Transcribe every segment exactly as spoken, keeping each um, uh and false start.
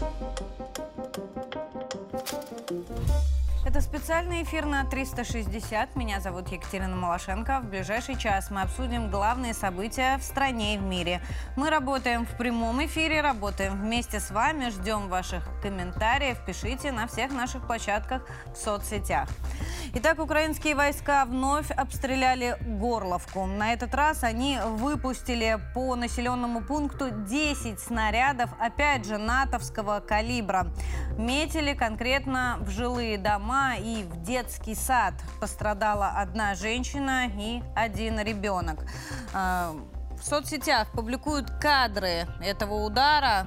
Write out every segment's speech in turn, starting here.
Это специальный эфир на триста шестьдесят. Меня зовут Екатерина Малашенко. В ближайший час мы обсудим главные события в стране и в мире. Мы работаем в прямом эфире, работаем вместе с вами, ждем ваших комментариев. Пишите на всех наших площадках в соцсетях. Итак, украинские войска вновь обстреляли Горловку. На этот раз они выпустили по населенному пункту десять снарядов, опять же, натовского калибра. Метили конкретно в жилые дома и в детский сад. Пострадала одна женщина и один ребенок. В соцсетях публикуют кадры этого удара.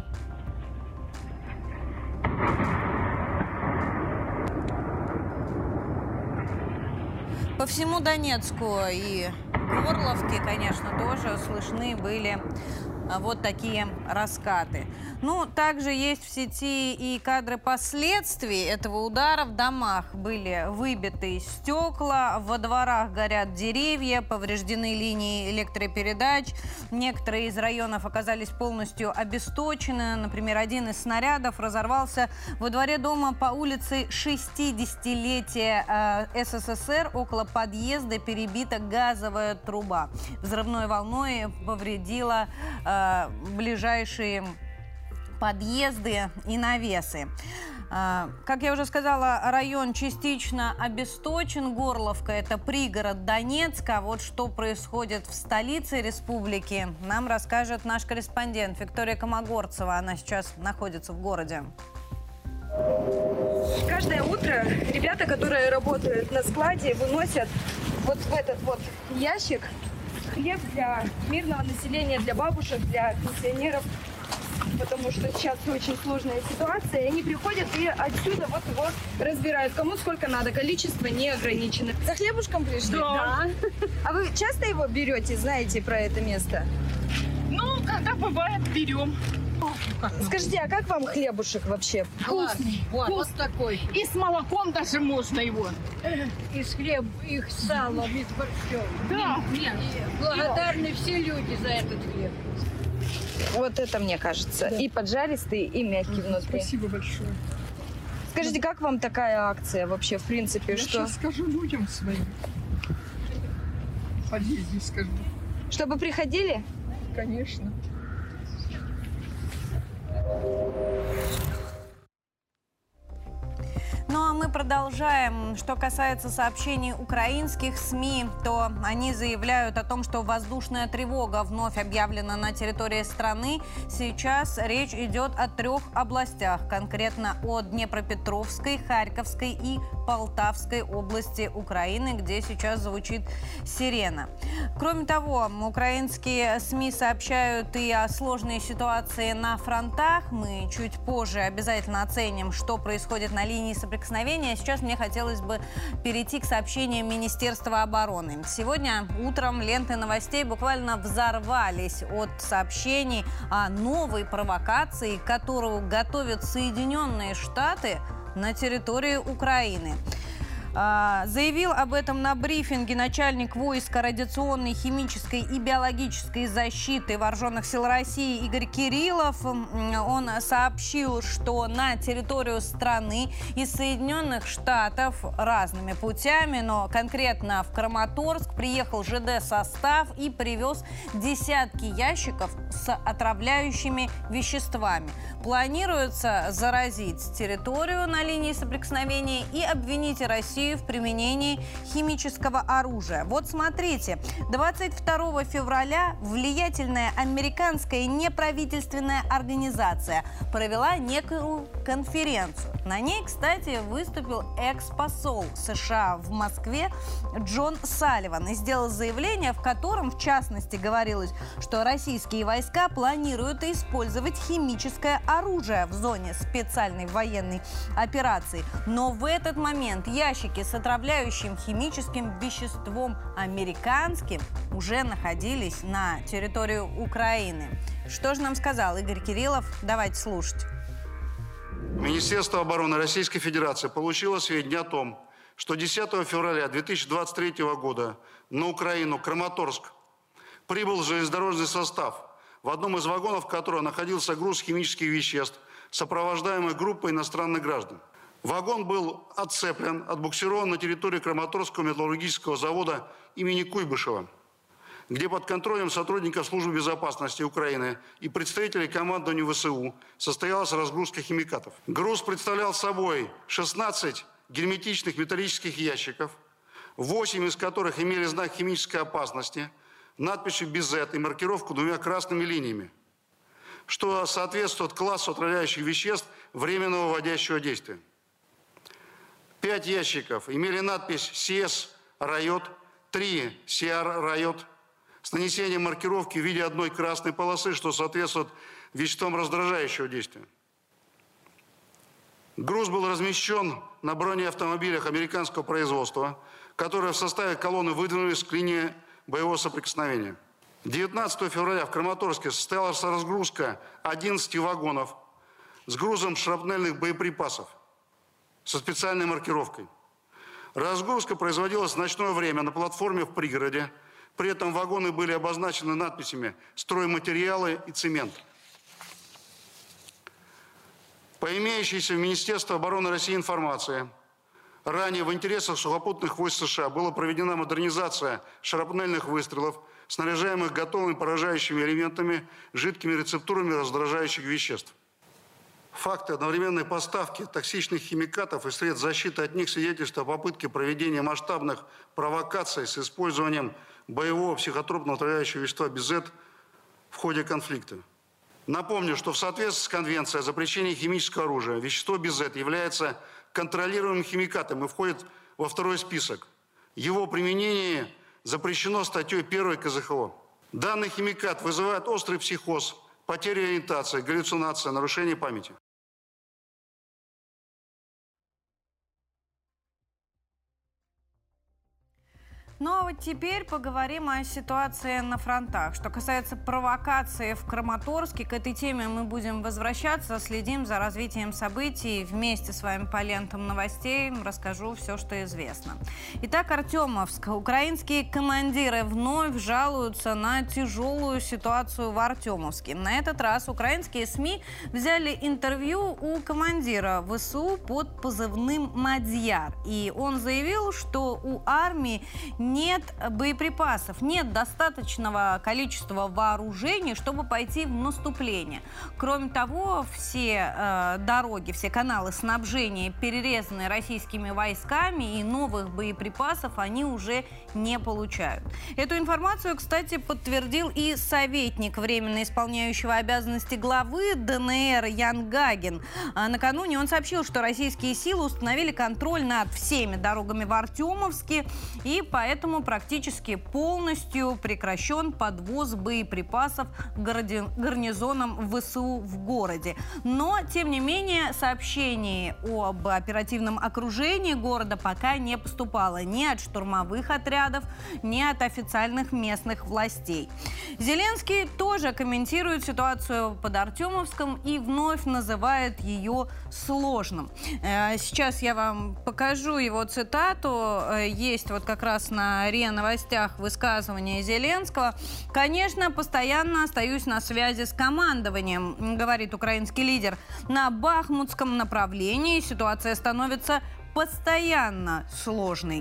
По всему Донецку и Горловке, конечно, тоже слышны были вот такие раскаты. Ну, также есть в сети и кадры последствий этого удара. В домах были выбиты стекла, во дворах горят деревья, повреждены линии электропередач. Некоторые из районов оказались полностью обесточены. Например, один из снарядов разорвался во дворе дома по улице шестидесятилетия э, СССР. Около подъезда перебита газовая труба. Взрывной волной повредила э, ближайшие подъезды и навесы. Как я уже сказала, район частично обесточен. Горловка – это пригород Донецка. Вот что происходит в столице республики, нам расскажет наш корреспондент Виктория Комогорцева. Она сейчас находится в городе. Каждое утро ребята, которые работают на складе, выносят вот в этот вот ящик хлеб для мирного населения, для бабушек, для пенсионеров, потому что сейчас очень сложная ситуация. И они приходят и отсюда вот его разбирают. Кому сколько надо, количество не ограничено. За хлебушком пришли? Да. Да. А вы часто его берете, знаете про это место? Ну, когда бывает, берем. Скажите, а как вам хлебушек вообще? Вкусный. Вот, вот такой. И с молоком даже можно его. И с хлеб, и с салом, и с борщом. Да. Нет, благодарны все люди за этот хлеб. Вот это мне кажется. Да. И поджаристый, и мягкий внутри. Спасибо большое. Скажите, как вам такая акция вообще, в принципе? Я что? сейчас скажу людям своим. В подъезде скажу. Чтобы приходили? Конечно. Ну а мы продолжаем. Что касается сообщений украинских СМИ, то они заявляют о том, что воздушная тревога вновь объявлена на территории страны. Сейчас речь идет о трех областях, конкретно о Днепропетровской, Харьковской и Полтавской области Украины, где сейчас звучит сирена. Кроме того, украинские СМИ сообщают и о сложной ситуации на фронтах. Мы чуть позже обязательно оценим, что происходит на линии соприкосновения. Сейчас мне хотелось бы перейти к сообщениям Министерства обороны. Сегодня утром ленты новостей буквально взорвались от сообщений о новой провокации, которую готовят Соединенные Штаты на территории Украины. Заявил об этом на брифинге начальник войска радиационной, химической и биологической защиты Вооруженных сил России Игорь Кириллов. Он сообщил, что на территорию страны из Соединенных Штатов разными путями, но конкретно в Краматорск, приехал ЖД-состав и привез десятки ящиков с отравляющими веществами. Планируется заразить территорию на линии соприкосновения и обвинить Россию в применении химического оружия. Вот смотрите, двадцать второго февраля влиятельная американская неправительственная организация провела некую конференцию. На ней, кстати, выступил экс-посол США в Москве Джон Салливан и сделал заявление, в котором, в частности, говорилось, что российские войска планируют использовать химическое оружие в зоне специальной военной операции. Но в этот момент ящики с отравляющим химическим веществом американским уже находились на территории Украины. Что же нам сказал Игорь Кириллов? Давайте слушать. Министерство обороны Российской Федерации получило сведения о том, что десятого февраля две тысячи двадцать третьего года на Украину, Краматорск, прибыл железнодорожный состав, в одном из вагонов которого находился груз химических веществ, сопровождаемый группой иностранных граждан. Вагон был отцеплен, отбуксирован на территорию Краматорского металлургического завода имени Куйбышева, где под контролем сотрудников Службы безопасности Украины и представителей командования вэ эс у состоялась разгрузка химикатов. Груз представлял собой шестнадцать герметичных металлических ящиков, восемь из которых имели знак химической опасности, надписью «Без зет» и маркировку двумя красными линиями, что соответствует классу отравляющих веществ временного вводящего действия. Пять ящиков имели надпись «си эс Райот», три «си ар Райот», с нанесением маркировки в виде одной красной полосы, что соответствует веществам раздражающего действия. Груз был размещен на бронеавтомобилях американского производства, которые в составе колонны выдвинулись к линии боевого соприкосновения. девятнадцатого февраля в Краматорске состоялась разгрузка одиннадцати вагонов с грузом шрапнельных боеприпасов со специальной маркировкой. Разгрузка производилась в ночное время на платформе в пригороде. При этом вагоны были обозначены надписями «Стройматериалы» и «Цемент». По имеющейся в Министерстве обороны России информации, ранее в интересах сухопутных войск США была проведена модернизация шрапнельных выстрелов, снаряжаемых готовыми поражающими элементами, жидкими рецептурами раздражающих веществ. Факты одновременной поставки токсичных химикатов и средств защиты от них свидетельствуют о попытке проведения масштабных провокаций с использованием боевого психотропного отравляющего вещества «Без зет» в ходе конфликта. Напомню, что в соответствии с Конвенцией о запрещении химического оружия вещество «Без зет» является контролируемым химикатом и входит во второй список. Его применение запрещено статьей первой ка зэ ха о. Данный химикат вызывает острый психоз, потерю ориентации, галлюцинации, нарушение памяти. Ну а вот теперь поговорим о ситуации на фронтах. Что касается провокации в Краматорске, к этой теме мы будем возвращаться, следим за развитием событий. Вместе с вами по лентам новостей расскажу все, что известно. Итак, Артемовск. Украинские командиры вновь жалуются на тяжелую ситуацию в Артемовске. На этот раз украинские СМИ взяли интервью у командира вэ эс у под позывным «Мадьяр». И он заявил, что у армии нет боеприпасов, нет достаточного количества вооружений, чтобы пойти в наступление. Кроме того, все э, дороги, все каналы снабжения перерезаны российскими войсками, и новых боеприпасов они уже не получают. Эту информацию, кстати, подтвердил и советник временно исполняющего обязанности главы дэ эн эр Ян Гагин. А накануне он сообщил, что российские силы установили контроль над всеми дорогами в Артемовске, и поэтому Поэтому практически полностью прекращен подвоз боеприпасов гарнизоном вэ эс у в городе. Но, тем не менее, сообщений об оперативном окружении города пока не поступало ни от штурмовых отрядов, ни от официальных местных властей. Зеленский тоже комментирует ситуацию под Артемовском и вновь называет ее сложным. Сейчас я вам покажу его цитату. Есть вот как раз на РИА Новостях высказывание Зеленского. «Конечно, постоянно остаюсь на связи с командованием», говорит украинский лидер. «На Бахмутском направлении ситуация становится постоянно сложной».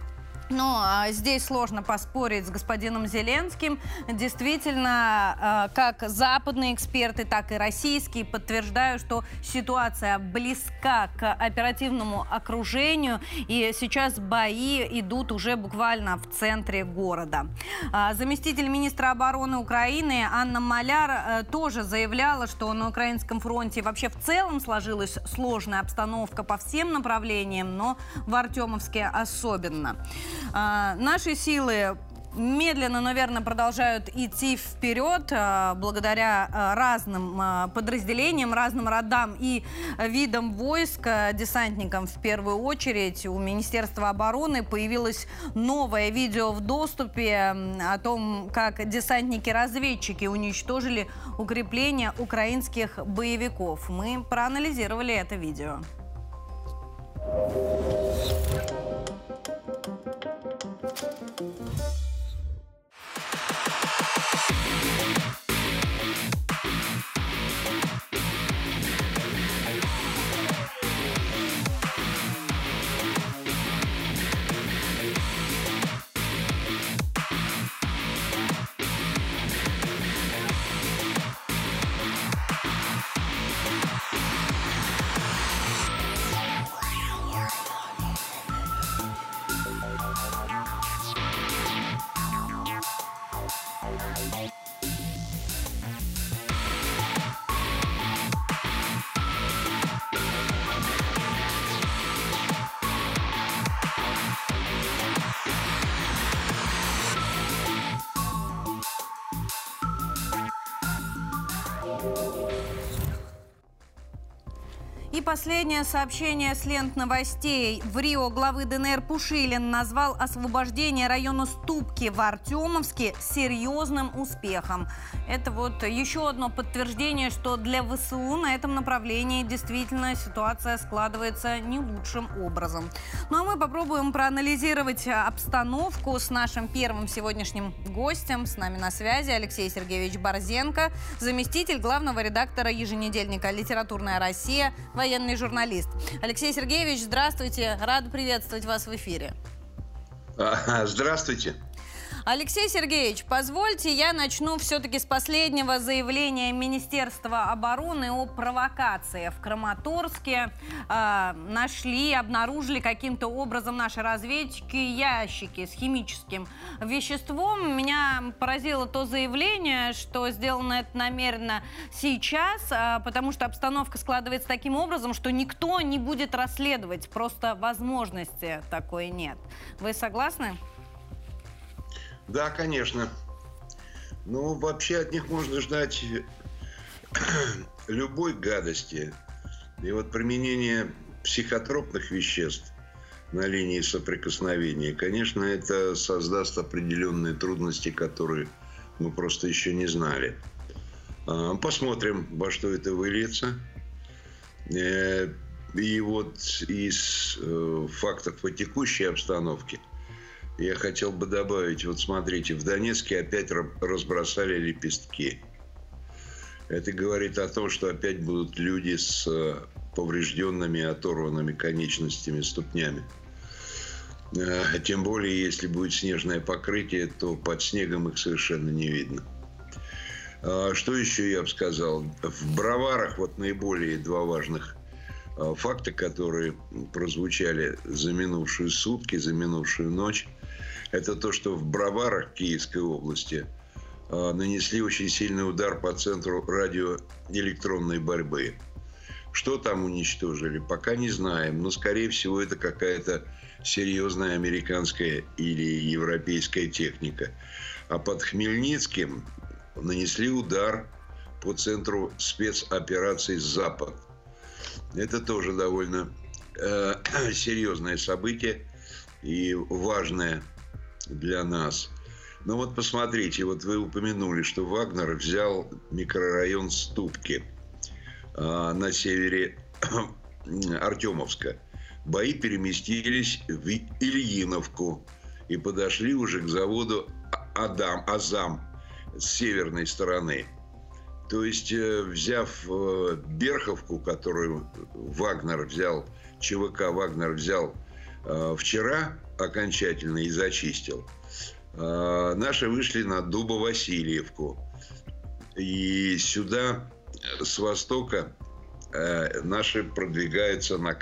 Но здесь сложно поспорить с господином Зеленским. Действительно, как западные эксперты, так и российские подтверждают, что ситуация близка к оперативному окружению. И сейчас бои идут уже буквально в центре города. Заместитель министра обороны Украины Анна Маляр тоже заявляла, что на украинском фронте вообще в целом сложилась сложная обстановка по всем направлениям, но в Артемовске особенно. Наши силы медленно, но верно продолжают идти вперед благодаря разным подразделениям, разным родам и видам войск, десантникам в первую очередь. У Министерства обороны появилось новое видео в доступе о том, как десантники-разведчики уничтожили укрепления украинских боевиков. Мы проанализировали это видео. И последнее сообщение с лент новостей. В Рио главы ДНР Пушилин назвал освобождение района Ступки в Артемовске серьезным успехом. Это вот еще одно подтверждение, что для ВСУ на этом направлении действительно ситуация складывается не лучшим образом. Ну а мы попробуем проанализировать обстановку с нашим первым сегодняшним гостем. С нами на связи Алексей Сергеевич Борзенко, заместитель главного редактора еженедельника «Литературная Россия», военный журналист. Алексей Сергеевич, здравствуйте. Рада приветствовать вас в эфире. Здравствуйте. Алексей Сергеевич, позвольте, я начну все-таки с последнего заявления Министерства обороны о провокации. В Краматорске э, нашли, обнаружили каким-то образом наши разведчики ящики с химическим веществом. Меня поразило то заявление, что сделано это намеренно сейчас, э, потому что обстановка складывается таким образом, что никто не будет расследовать, просто возможности такой нет. Вы согласны? Да, конечно. Ну, вообще от них можно ждать любой гадости. И вот применение психотропных веществ на линии соприкосновения, конечно, это создаст определенные трудности, которые мы просто еще не знали. Посмотрим, во что это выльется. И вот из фактов по текущей обстановке я хотел бы добавить, вот смотрите, в Донецке опять разбросали лепестки. Это говорит о том, что опять будут люди с поврежденными, оторванными конечностями, ступнями. Тем более, если будет снежное покрытие, то под снегом их совершенно не видно. Что еще я бы сказал? В Броварах вот наиболее два важных факта, которые прозвучали за минувшие сутки, за минувшую ночь. Это то, что в Броварах Киевской области э, нанесли очень сильный удар по центру радиоэлектронной борьбы. Что там уничтожили, пока не знаем. Но, скорее всего, это какая-то серьезная американская или европейская техника. А под Хмельницким нанесли удар по центру спецопераций «Запад». Это тоже довольно э, серьезное событие и важное для нас. Но вот посмотрите, вот вы упомянули, что Вагнер взял микрорайон Ступки э, на севере Артемовска. Бои переместились в Ильиновку и подошли уже к заводу Адам, Азам с северной стороны. То есть, взяв Берховку, которую Вагнер взял, ЧВК Вагнер взял вчера окончательно и зачистил, наши вышли на Дубово-Васильевку. И сюда, с востока, наши продвигаются на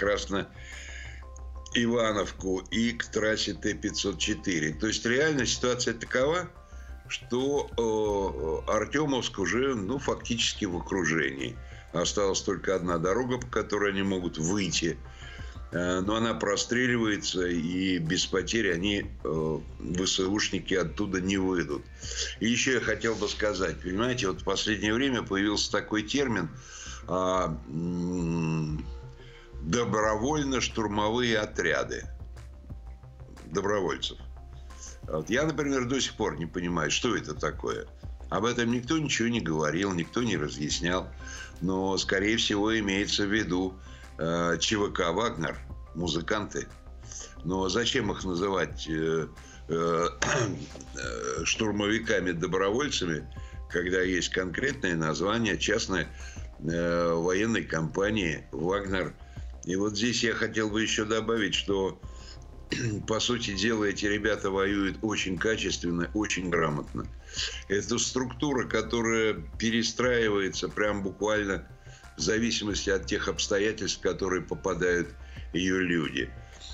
Красно-Ивановку и к трассе Т пятьсот четыре. То есть, реально ситуация такова, что э, Артемовск уже, ну, фактически в окружении. Осталась только одна дорога, по которой они могут выйти. Э, но она простреливается, и без потерь они, э, ВСУшники, оттуда не выйдут. И еще я хотел бы сказать, понимаете, вот в последнее время появился такой термин э, добровольно-штурмовые отряды добровольцев. Вот я, например, до сих пор не понимаю, что это такое. Об этом никто ничего не говорил, никто не разъяснял. Но, скорее всего, имеется в виду э, ЧВК «Вагнер», музыканты. Но зачем их называть э, э, штурмовиками-добровольцами, когда есть конкретное название частной э, военной компании «Вагнер». И вот здесь я хотел бы еще добавить, что по сути дела, эти ребята воюют очень качественно, очень грамотно. Это структура, которая перестраивается прям буквально в зависимости от тех обстоятельств, в которые попадают ее люди,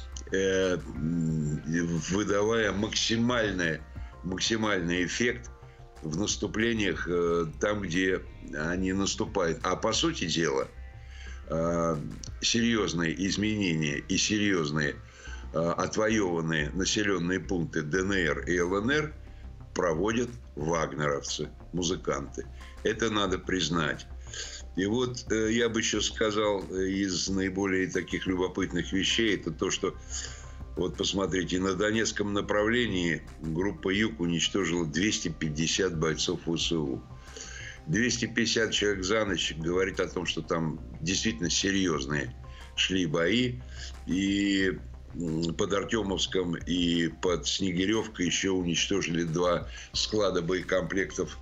выдавая максимальный, максимальный эффект в наступлениях там, где они наступают. А по сути дела, серьезные изменения и серьезные отвоеванные населенные пункты ДНР и ЛНР проводят вагнеровцы, музыканты. Это надо признать. И вот э, я бы еще сказал из наиболее таких любопытных вещей, это то, что, вот посмотрите, на Донецком направлении группа «Юг» уничтожила двести пятьдесят бойцов ВСУ. двести пятьдесят человек за ночь говорит о том, что там действительно серьезные шли бои. И под Артемовском и под Снегиревкой еще уничтожили два склада боекомплектов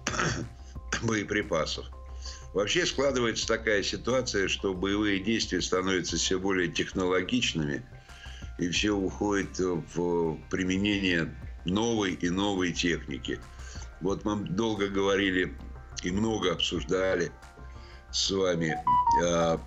боеприпасов. Вообще складывается такая ситуация, что боевые действия становятся все более технологичными, и все уходит в применение новой и новой техники. Вот мы долго говорили и много обсуждали с вами э,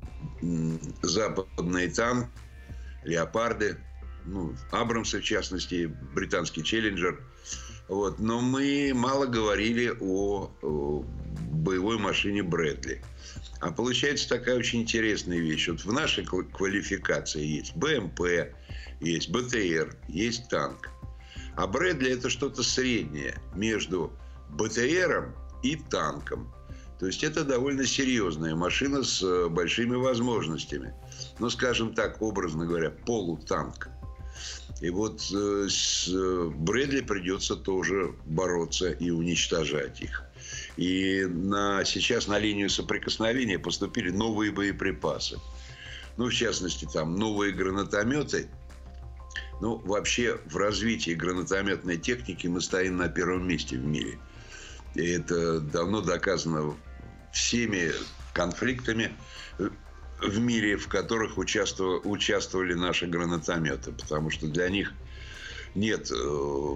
западный танк, леопарды, ну, Абрамсы, в частности, британский Челленджер. Вот. Но мы мало говорили о, о боевой машине Брэдли. А получается такая очень интересная вещь. Вот в нашей квалификации есть БМП, есть БТР, есть танк. А Брэдли – это что-то среднее между БТРом и танком. То есть это довольно серьезная машина с большими возможностями. Ну, скажем так, образно говоря, полутанк. И вот с Брэдли придется тоже бороться и уничтожать их. И на, сейчас на линию соприкосновения поступили новые боеприпасы. Ну, в частности, там новые гранатометы. Ну, вообще, в развитии гранатометной техники мы стоим на первом месте в мире. И это давно доказано всеми конфликтами в мире, в которых участвовали, участвовали наши гранатометы. Потому что для них нет э,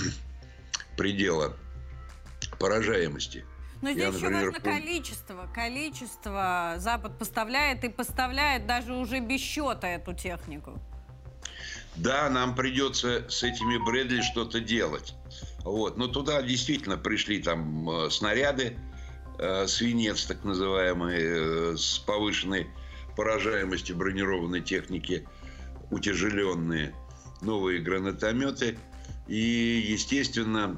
предела поражаемости. Но здесь Я, еще например, важно количество. Количество Запад поставляет и поставляет даже уже без счета эту технику. Да, нам придется с этими Брэдли что-то делать. Вот. Но туда действительно пришли там э, снаряды, э, свинец так называемый, э, с повышенной поражаемостью бронированной техники, утяжеленные, новые гранатометы. И, естественно,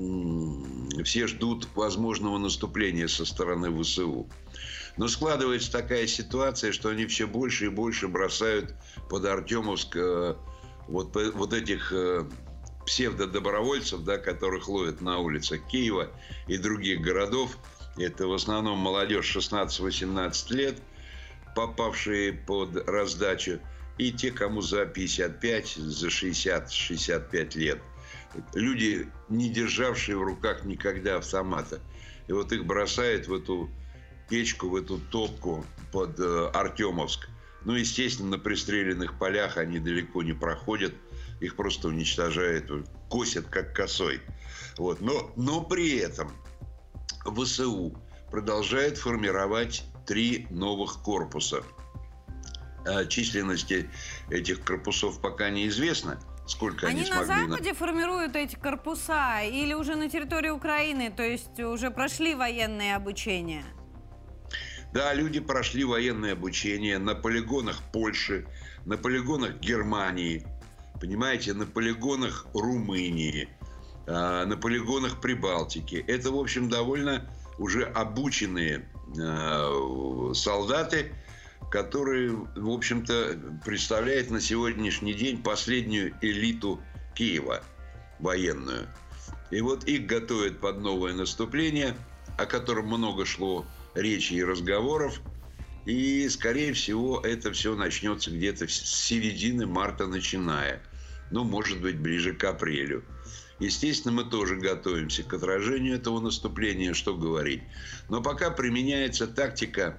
все ждут возможного наступления со стороны ВСУ. Но складывается такая ситуация, что они все больше и больше бросают под Артемовск вот, вот этих псевдодобровольцев, да, которых ловят на улицах Киева и других городов. Это в основном молодежь шестнадцать-восемнадцать лет, попавшие под раздачу, и те, кому за пятьдесят пять, за шестьдесят - шестьдесят пять лет. Люди, не державшие в руках никогда автомата. И вот их бросают в эту печку, в эту топку под э, Артемовск. Ну, естественно, на пристреленных полях они далеко не проходят. Их просто уничтожают, косят как косой. Вот. Но, но при этом ВСУ продолжает формировать три новых корпуса. О численности этих корпусов пока неизвестно. Сколько они, они смогли... на Западе формируют эти корпуса или уже на территории Украины, то есть уже прошли военное обучение? Да, люди прошли военное обучение на полигонах Польши, на полигонах Германии, понимаете, на полигонах Румынии, на полигонах Прибалтики. Это, в общем, довольно уже обученные солдаты, которые, в общем-то, представляют на сегодняшний день последнюю элиту Киева военную. И вот их готовят под новое наступление, о котором много шло речи и разговоров. И, скорее всего, это все начнется где-то с середины марта начиная. Ну, может быть, ближе к апрелю. Естественно, мы тоже готовимся к отражению этого наступления, что говорить. Но пока применяется тактика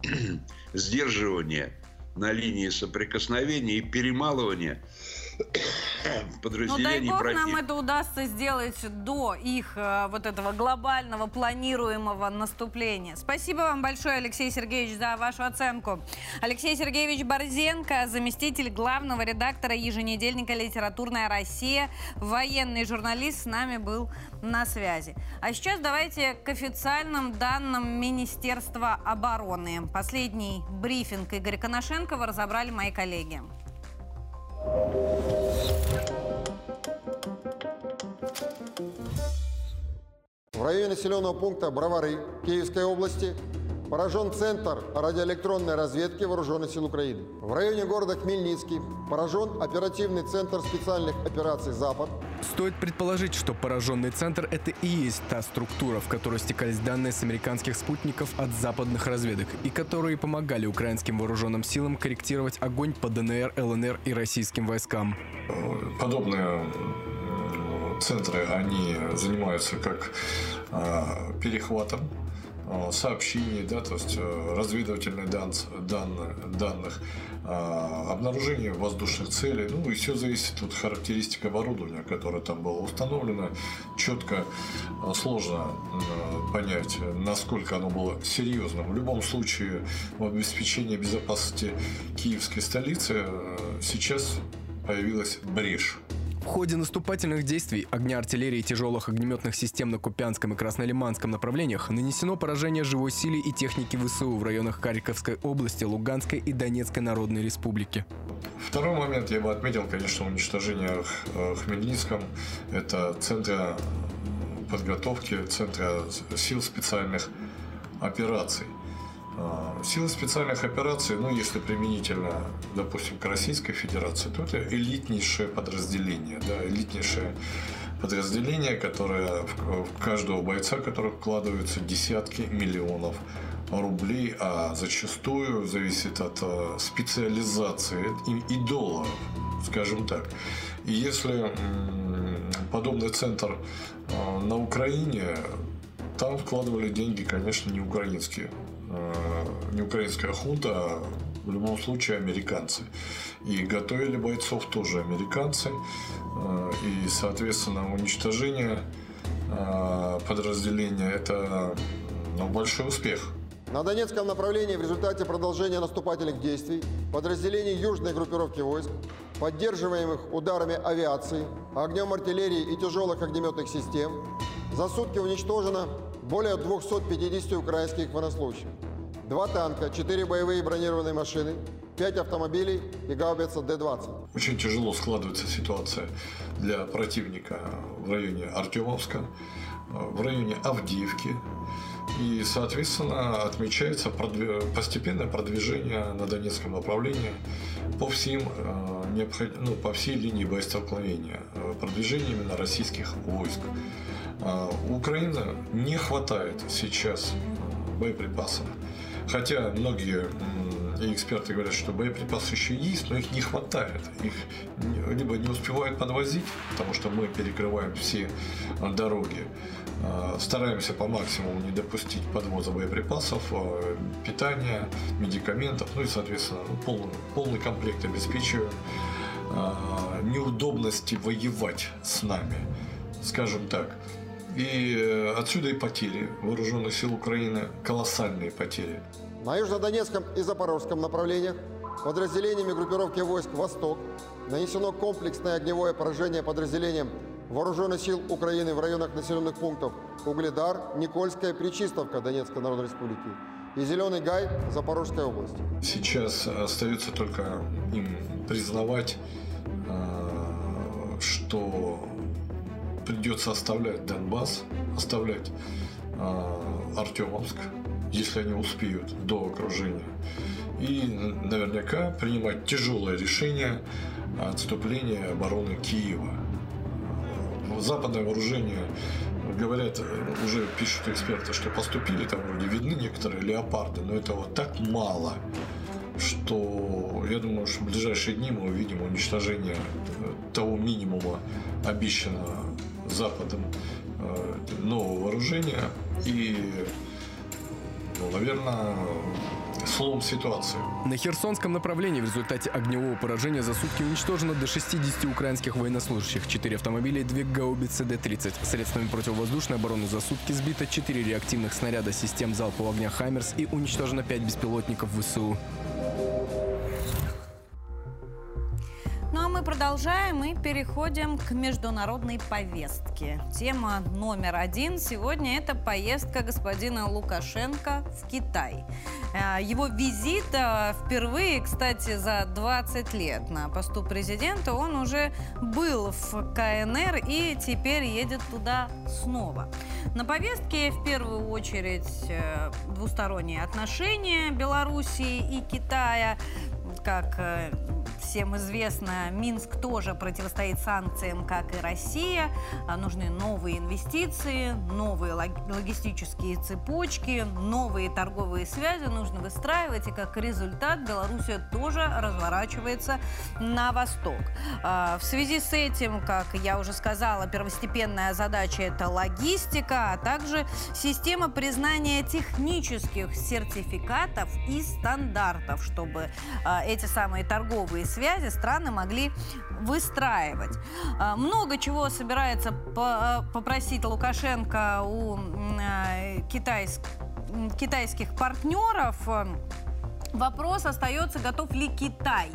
сдерживания на линии соприкосновения и перемалывания подразделений противника. Ну, дай бог против... нам это удастся сделать до их вот этого глобального планируемого наступления. Спасибо вам большое, Алексей Сергеевич, за вашу оценку. Алексей Сергеевич Борзенко, заместитель главного редактора еженедельника «Литературная Россия», военный журналист, с нами был на связи. А сейчас давайте к официальным данным Министерства обороны. Последний брифинг Игоря Коношенкова разобрали мои коллеги. В районе населенного пункта Бровары Киевской области поражен Центр радиоэлектронной разведки Вооруженных сил Украины. В районе города Хмельницкий поражен оперативный центр специальных операций «Запад». Стоит предположить, что пораженный центр – это и есть та структура, в которую стекались данные с американских спутников от западных разведок и которые помогали украинским вооруженным силам корректировать огонь по ДНР, ЛНР и российским войскам. Подобные центры, они занимаются как э, перехватом э, сообщений, да, то есть э, разведывательных дан, дан, данных, э, обнаружение воздушных целей. Ну и все зависит от характеристик оборудования, которое там было установлено. Четко, э, сложно э, понять, насколько оно было серьезным. В любом случае, в обеспечении безопасности киевской столицы э, сейчас появилась брешь. В ходе наступательных действий огня артиллерии и тяжелых огнеметных систем на Купянском и Краснолиманском направлениях нанесено поражение живой силе и техники ВСУ в районах Харьковской области, Луганской и Донецкой Народной Республики. Второй момент я бы отметил, конечно, уничтожение в Хмельницком. Это центра подготовки, центра сил специальных операций. Силы специальных операций, ну, если применительно, допустим, к Российской Федерации, то это элитнейшее подразделение, да, элитнейшее подразделение, которое в каждого бойца, который вкладываются десятки миллионов рублей, а зачастую зависит от специализации и, и долларов, скажем так. И если подобный центр на Украине, там вкладывали деньги, конечно, не украинские. Не украинская хунта, а в любом случае американцы. И готовили бойцов тоже американцы. И, соответственно, уничтожение подразделения – это, ну, большой успех. На Донецком направлении в результате продолжения наступательных действий подразделений южной группировки войск, поддерживаемых ударами авиации, огнем артиллерии и тяжелых огнеметных систем, за сутки уничтожено более двухсот пятидесяти украинских военнослужащих. Два танка, четыре боевые бронированные машины, пять автомобилей и гаубица Д двадцать. Очень тяжело складывается ситуация для противника в районе Артемовска, в районе Авдеевки. И, соответственно, отмечается постепенное продвижение на Донецком направлении по, всем, ну, по всей линии боестолкновения, продвижение именно российских войск. У Украины не хватает сейчас боеприпасов. Хотя многие эксперты говорят, что боеприпасы еще есть, но их не хватает. Их либо не успевают подвозить, потому что мы перекрываем все дороги. Стараемся по максимуму не допустить подвоза боеприпасов, питания, медикаментов. Ну и, соответственно, полный, полный комплект обеспечиваем. Неудобности воевать с нами, скажем так. И отсюда и потери вооруженных сил Украины, колоссальные потери. На Южнодонецком и Запорожском направлениях подразделениями группировки войск «Восток» нанесено комплексное огневое поражение подразделениям Вооруженных сил Украины в районах населенных пунктов Угледар, Никольская, Пречистовка Донецкой Народной Республики и Зеленый Гай Запорожской области. Сейчас остается только им признавать, что придется оставлять Донбасс, оставлять Артемовск, если они успеют до окружения. И наверняка принимать тяжелое решение отступления обороны Киева. Западное вооружение, говорят, уже пишут эксперты, что поступили, там вроде видны некоторые леопарды, но этого так мало, что я думаю, что в ближайшие дни мы увидим уничтожение того минимума, обещанного Западом нового вооружения и, ну, наверное, слом ситуации. На Херсонском направлении в результате огневого поражения за сутки уничтожено до шестидесяти украинских военнослужащих, четыре автомобиля и две гаубицы Д тридцать. Средствами противовоздушной обороны за сутки сбито четыре реактивных снаряда систем залпового огня «Хаммерс» и уничтожено пять беспилотников ВСУ. Ну а мы продолжаем. продолжаем и переходим к международной повестке. Тема номер один сегодня – это поездка господина Лукашенко в Китай. Его визит впервые, кстати, за двадцать лет на посту президента. Он уже был в КНР и теперь едет туда снова. На повестке в первую очередь двусторонние отношения Белоруссии и Китая. Как всем известно, Минск тоже противостоит санкциям, как и Россия. Нужны новые инвестиции, новые логистические цепочки, новые торговые связи нужно выстраивать. И как результат Белоруссия тоже разворачивается на восток. В связи с этим, как я уже сказала, первостепенная задача – это логистика, а также система признания технических сертификатов и стандартов, чтобы эти самые торговые связи страны могли выстраивать. Много чего собирается попросить Лукашенко у китайских партнеров. Вопрос остается, готов ли Китай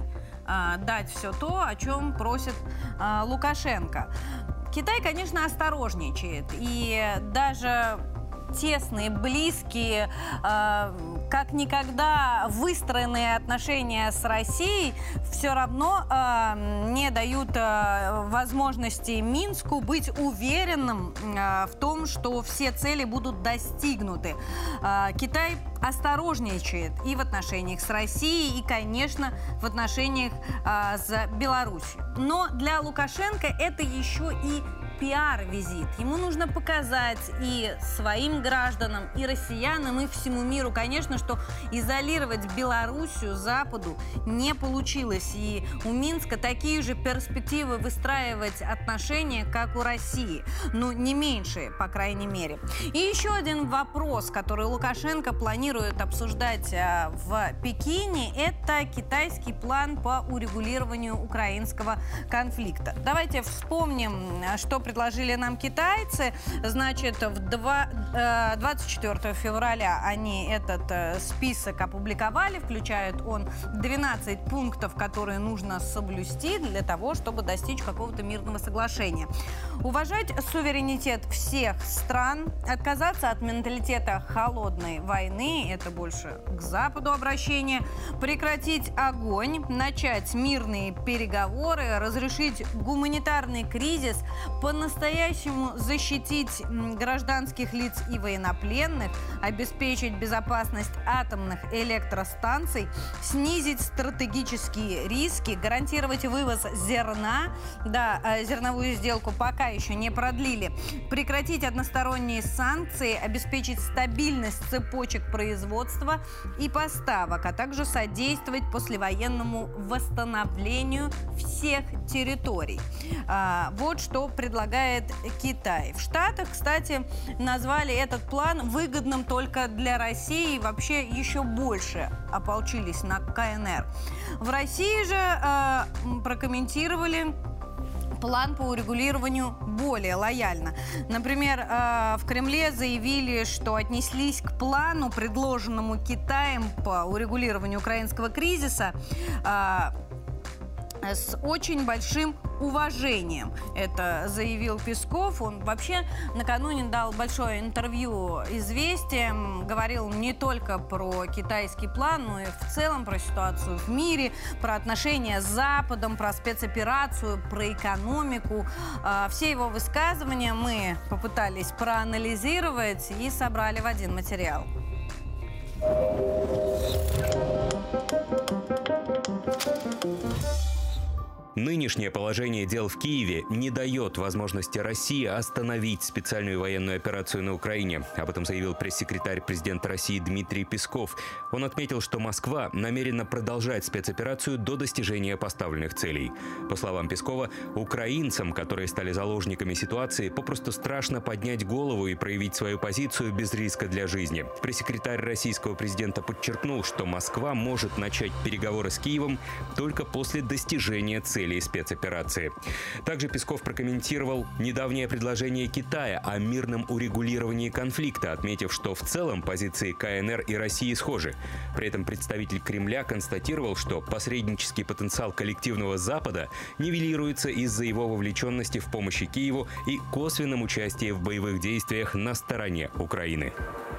дать все то, о чем просит Лукашенко. Китай, конечно, осторожничает, и даже тесные, близкие, э, как никогда выстроенные отношения с Россией все равно э, не дают э, возможности Минску быть уверенным э, в том, что все цели будут достигнуты. Э, Китай осторожничает и в отношениях с Россией, и, конечно, в отношениях э, с Беларусью. Но для Лукашенко это еще и пиар-визит. Ему нужно показать и своим гражданам, и россиянам, и всему миру, конечно, что изолировать Белоруссию Западу не получилось. И у Минска такие же перспективы выстраивать отношения, как у России. Ну, не меньше, по крайней мере. И еще один вопрос, который Лукашенко планирует обсуждать в Пекине, это китайский план по урегулированию украинского конфликта. Давайте вспомним, что предложили нам китайцы. Значит, в двадцать четвёртого февраля они этот список опубликовали. Включает он двенадцать пунктов, которые нужно соблюсти для того, чтобы достичь какого-то мирного соглашения. Уважать суверенитет всех стран, отказаться от менталитета холодной войны, это больше к Западу обращение, прекратить огонь, начать мирные переговоры, разрешить гуманитарный кризис, по-настоящему защитить гражданских лиц и военнопленных, обеспечить безопасность атомных электростанций, снизить стратегические риски, гарантировать вывоз зерна, да, зерновую сделку пока еще не продлили, прекратить односторонние санкции, обеспечить стабильность цепочек производства и поставок, а также содействовать послевоенному восстановлению всех территорий. А, вот что предлагает Китай. В Штатах, кстати, назвали этот план выгодным только для России и вообще еще больше ополчились на КНР. В России же э, прокомментировали план по урегулированию более лояльно. Например, э, в Кремле заявили, что отнеслись к плану, предложенному Китаем по урегулированию украинского кризиса, э, с очень большим уважением. Это заявил Песков. Он вообще накануне дал большое интервью «Известиям». Говорил не только про китайский план, но и в целом про ситуацию в мире, про отношения с Западом, про спецоперацию, про экономику. Все его высказывания мы попытались проанализировать и собрали в один материал. Нынешнее положение дел в Киеве не дает возможности России остановить специальную военную операцию на Украине. Об этом заявил пресс-секретарь президента России Дмитрий Песков. Он отметил, что Москва намерена продолжать спецоперацию до достижения поставленных целей. По словам Пескова, украинцам, которые стали заложниками ситуации, попросту страшно поднять голову и проявить свою позицию без риска для жизни. Пресс-секретарь российского президента подчеркнул, что Москва может начать переговоры с Киевом только после достижения целей спецоперации. спецоперации. Также Песков прокомментировал недавнее предложение Китая о мирном урегулировании конфликта, отметив, что в целом позиции ка эн эр и России схожи. При этом представитель Кремля констатировал, что посреднический потенциал коллективного Запада нивелируется из-за его вовлеченности в помощи Киеву и косвенном участии в боевых действиях на стороне Украины.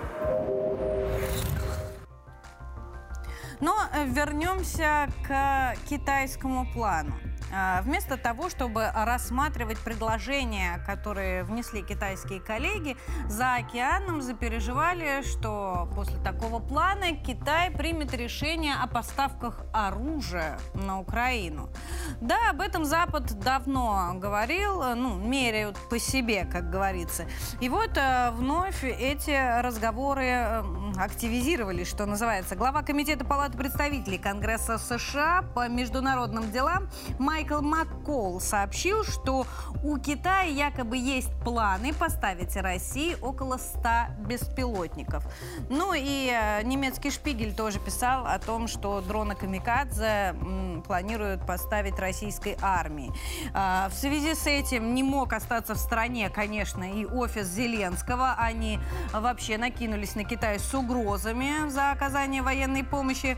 Но вернемся к китайскому плану. Вместо того, чтобы рассматривать предложения, которые внесли китайские коллеги, за океаном запереживали, что после такого плана Китай примет решение о поставках оружия на Украину. Да, об этом Запад давно говорил, ну, меряют по себе, как говорится. И вот вновь эти разговоры активизировались, что называется. Глава Комитета Палаты представителей Конгресса США по международным делам Майкл Майкл Маккол сообщил, что у Китая якобы есть планы поставить России около ста беспилотников. Ну и э, немецкий Шпигель тоже писал о том, что дроны «Камикадзе» м, планируют поставить российской армии. Э, в связи с этим не мог остаться в стороне, конечно, и офис Зеленского. Они вообще накинулись на Китай с угрозами за оказание военной помощи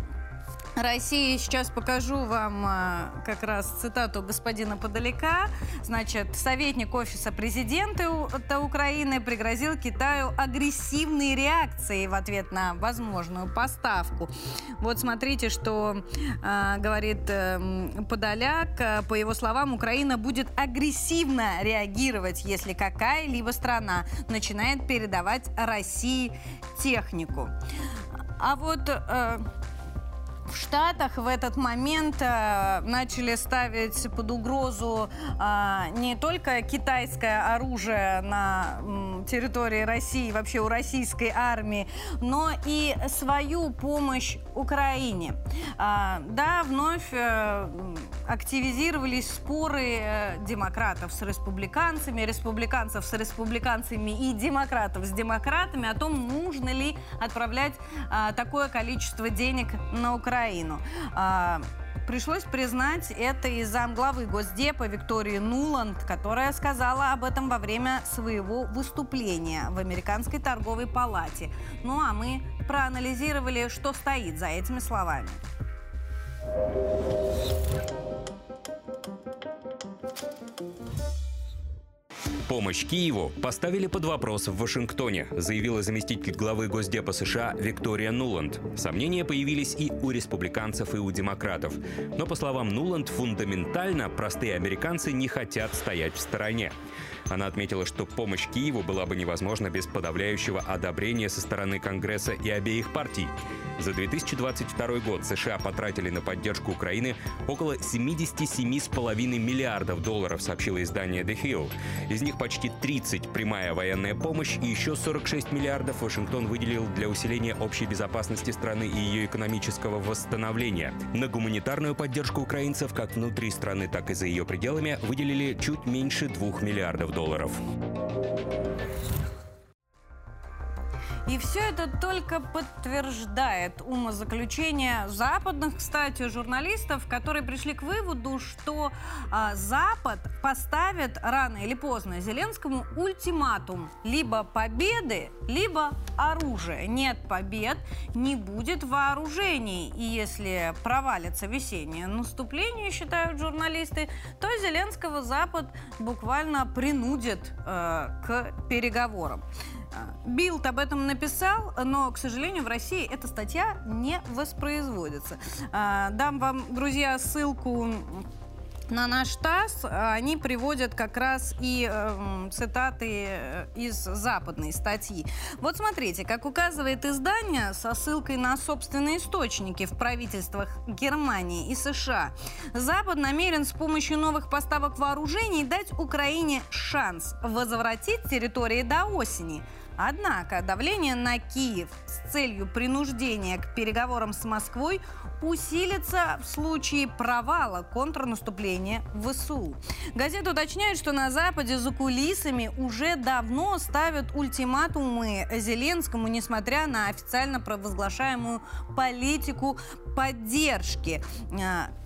России. Сейчас покажу вам а, как раз цитату господина Подоляка. Значит, советник офиса президента Украины пригрозил Китаю агрессивной реакцией в ответ на возможную поставку. Вот смотрите, что а, говорит а, Подоляк. По его словам, Украина будет агрессивно реагировать, если какая-либо страна начинает передавать России технику. А вот... А, В Штатах в этот момент э, начали ставить под угрозу э, не только китайское оружие на м, территории России, вообще у российской армии, но и свою помощь Украине. Э, да, вновь э, активизировались споры э, демократов с республиканцами, республиканцев с республиканцами и демократов с демократами о том, нужно ли отправлять э, такое количество денег на Украину. А, пришлось признать это и замглавы Госдепа Виктории Нуланд, которая сказала об этом во время своего выступления в Американской торговой палате. Ну а мы проанализировали, что стоит за этими словами. Помощь Киеву поставили под вопрос в Вашингтоне, заявила заместитель главы Госдепа США Виктория Нуланд. Сомнения появились и у республиканцев, и у демократов. Но, по словам Нуланд, фундаментально простые американцы не хотят стоять в стороне. Она отметила, что помощь Киеву была бы невозможна без подавляющего одобрения со стороны Конгресса и обеих партий. За две тысячи двадцать второй год США потратили на поддержку Украины около семидесяти семи с половиной миллиардов долларов, сообщило издание The Hill. Из них почти тридцать – прямая военная помощь, и еще сорок шесть миллиардов Вашингтон выделил для усиления общей безопасности страны и ее экономического восстановления. На гуманитарную поддержку украинцев как внутри страны, так и за ее пределами выделили чуть меньше двух миллиардов долларов. И все это только подтверждает умозаключение западных, кстати, журналистов, которые пришли к выводу, что а, Запад поставит рано или поздно Зеленскому ультиматум: либо победы, либо оружие. Нет побед, не будет вооружений. И если провалится весеннее наступление, считают журналисты, то Зеленского Запад буквально принудит э, к переговорам. Билд об этом написал, но, к сожалению, в России эта статья не воспроизводится. Дам вам, друзья, ссылку на наш ТАСС. Они приводят как раз и э, цитаты из западной статьи. Вот смотрите, как указывает издание со ссылкой на собственные источники в правительствах Германии и США, Запад намерен с помощью новых поставок вооружений дать Украине шанс возвратить территории до осени. Однако давление на Киев с целью принуждения к переговорам с Москвой усилится в случае провала контрнаступления ВСУ. Газета уточняет, что на Западе за кулисами уже давно ставят ультиматумы Зеленскому, несмотря на официально провозглашаемую политику поддержки.